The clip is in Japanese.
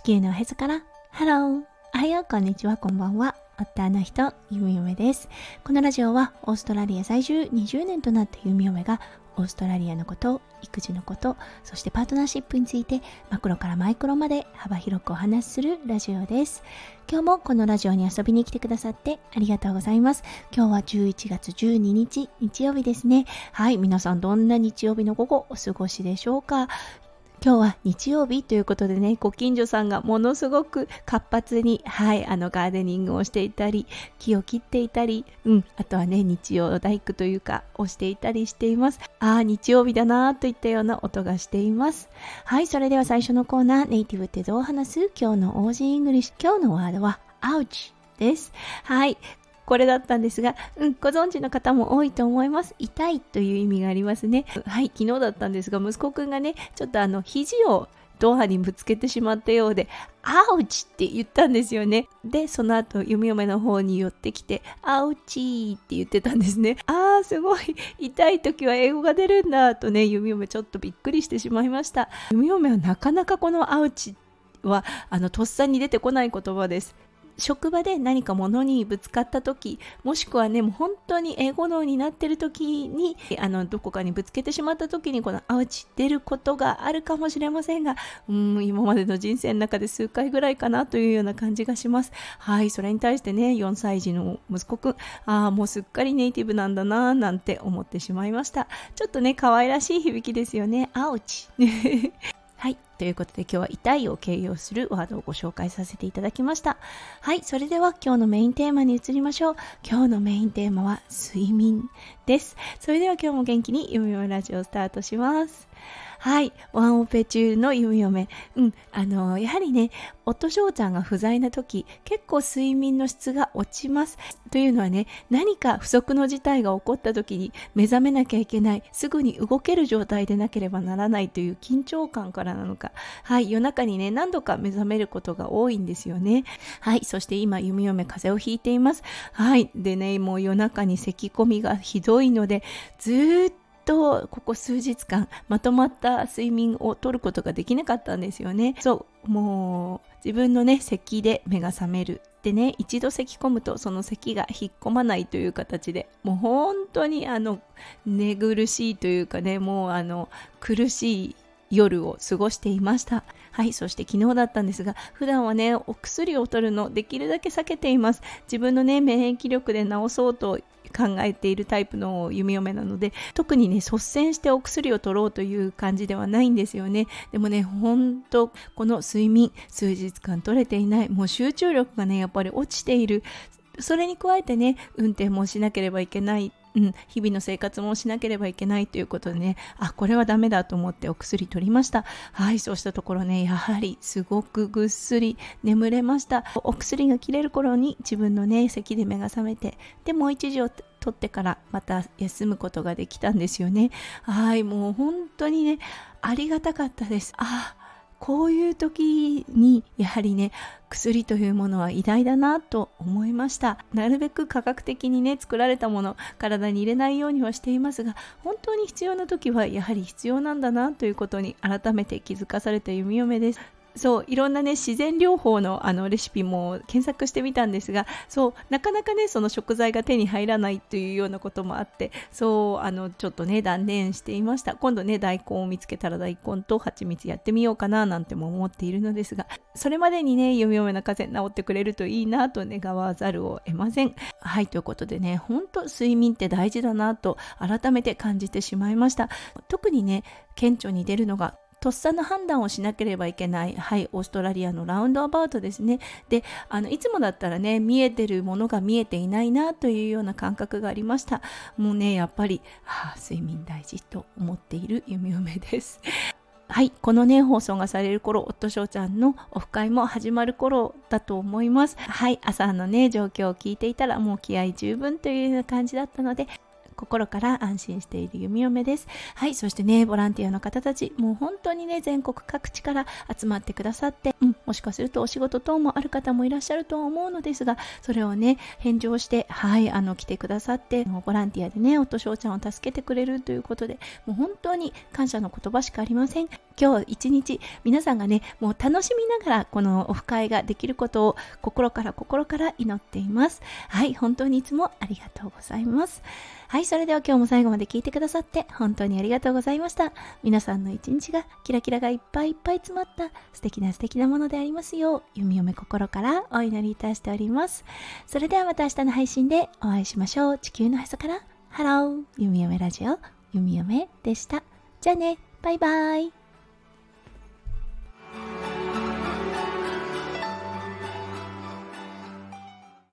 地球のへそからハロー、おはよう、こんにちは、こんばんは。夫の人、ゆみおめです。このラジオはオーストラリア在住20年となったゆみおめがオーストラリアのこと、育児のこと、そしてパートナーシップについてマクロからマイクロまで幅広くお話しするラジオです。今日もこのラジオに遊びに来てくださってありがとうございます。今日は11月12日日曜日ですね。はい、皆さんどんな日曜日の午後お過ごしでしょうか。今日は日曜日ということでね、ご近所さんがものすごく活発に、ガーデニングをしていたり、木を切っていたり、あとはね、日曜大工というか、をしていたりしています。日曜日だなといったような音がしています。はい、それでは最初のコーナー、ネイティブってどう話す？今日の OG イングリッシュ。今日のワードは、ouch です。はい。これだったんですが、ご存知の方も多いと思います。痛いという意味がありますね。はい、昨日だったんですが、息子くんがね、ちょっと肘をドアにぶつけてしまったようで、アウチって言ったんですよね。で、その後、弓嫁の方に寄ってきて、アウチーって言ってたんですね。すごい、痛い時は英語が出るんだとね、弓嫁ちょっとびっくりしてしまいました。弓嫁はなかなかこのアウチは、とっさに出てこない言葉です。職場で何か物にぶつかった時、もしくはね、もう本当に英語脳になってる時にどこかにぶつけてしまった時にこのアウチ出ることがあるかもしれませんが、今までの人生の中で数回ぐらいかなというような感じがします。はい、それに対してね、4歳児の息子くん、もうすっかりネイティブなんだななんて思ってしまいました。ちょっとね、可愛らしい響きですよね。アウチはい。ということで今日は痛いを形容するワードをご紹介させていただきました。はい。それでは今日のメインテーマに移りましょう。今日のメインテーマは睡眠です。それでは今日も元気にゆみよめラジオをスタートします。はい。ワンオペ中のゆみよめ。やはりね、夫翔ちゃんが不在な時、結構睡眠の質が落ちます。というのはね、何か不測の事態が起こった時に目覚めなきゃいけない、すぐに動ける状態でなければならないという緊張感からなのか、はい、夜中にね、何度か目覚めることが多いんですよね。はい、そして今、弓嫁風邪をひいています。はい、でね、もう夜中に咳込みがひどいので、ずーっとここ数日間まとまった睡眠を取ることができなかったんですよね。もう自分のね、咳で目が覚めるでね、一度咳込むとその咳が引っ込まないという形で、もう本当に寝苦しいというかね、もう苦しい夜を過ごしていました。はい、そして昨日だったんですが、普段はね、お薬を取るのできるだけ避けています。自分のね、免疫力で治そうと考えているタイプの弓嫁なので、特にね、率先してお薬を取ろうという感じではないんですよね。でもね、本当この睡眠、数日間取れていない、もう集中力がね、やっぱり落ちている。それに加えてね、運転もしなければいけない。日々の生活もしなければいけないということでね、これはダメだと思ってお薬取りました。はい、そうしたところね、やはりすごくぐっすり眠れました。お薬が切れる頃に自分のね、咳で目が覚めて、でもう一時を取ってからまた休むことができたんですよね。はい、もう本当にね、ありがたかったです。こういう時にやはりね、薬というものは偉大だなと思いました。なるべく科学的にね、作られたもの、体に入れないようにはしていますが、本当に必要な時はやはり必要なんだなということに改めて気づかされた弓嫁です。いろんなね、自然療法のレシピも検索してみたんですが、なかなかね、その食材が手に入らないというようなこともあって、ちょっとね、断念していました。今度ね、大根を見つけたら大根と蜂蜜やってみようかななんても思っているのですが、それまでにね、弓嫁の風邪治ってくれるといいなと願わざるを得ません。はい、ということでね、本当睡眠って大事だなと改めて感じてしまいました。特にね、顕著に出るのがとっさの判断をしなければいけない、はい、オーストラリアのラウンドアバウトですね。で、いつもだったらね、見えてるものが見えていないなというような感覚がありました。もうね、やっぱり、睡眠大事と思っている弓嫁です。はい、このね、放送がされる頃、夫翔ちゃんのオフ会も始まる頃だと思います。はい、朝のね、状況を聞いていたら、もう気合十分というような感じだったので、心から安心している弓嫁です。はい、そしてね、ボランティアの方たち、もう本当にね、全国各地から集まってくださって、もしかするとお仕事等もある方もいらっしゃると思うのですが、それをね、返上して、はい、来てくださって、ボランティアでね、夫翔ちゃんを助けてくれるということで、もう本当に感謝の言葉しかありません。 今日一日皆さんがね、もう楽しみながらこのオフ会ができることを心から祈っています。はい、本当にいつもありがとうございます。はい、それでは今日も最後まで聞いてくださって本当にありがとうございました。皆さんの一日がキラキラがいっぱいいっぱい詰まった素敵なものでありますよう、弓嫁心からお祈りいたしております。それではまた明日の配信でお会いしましょう。地球のへそからハロー、弓嫁ラジオ、弓嫁でした。じゃあね、バイバイ。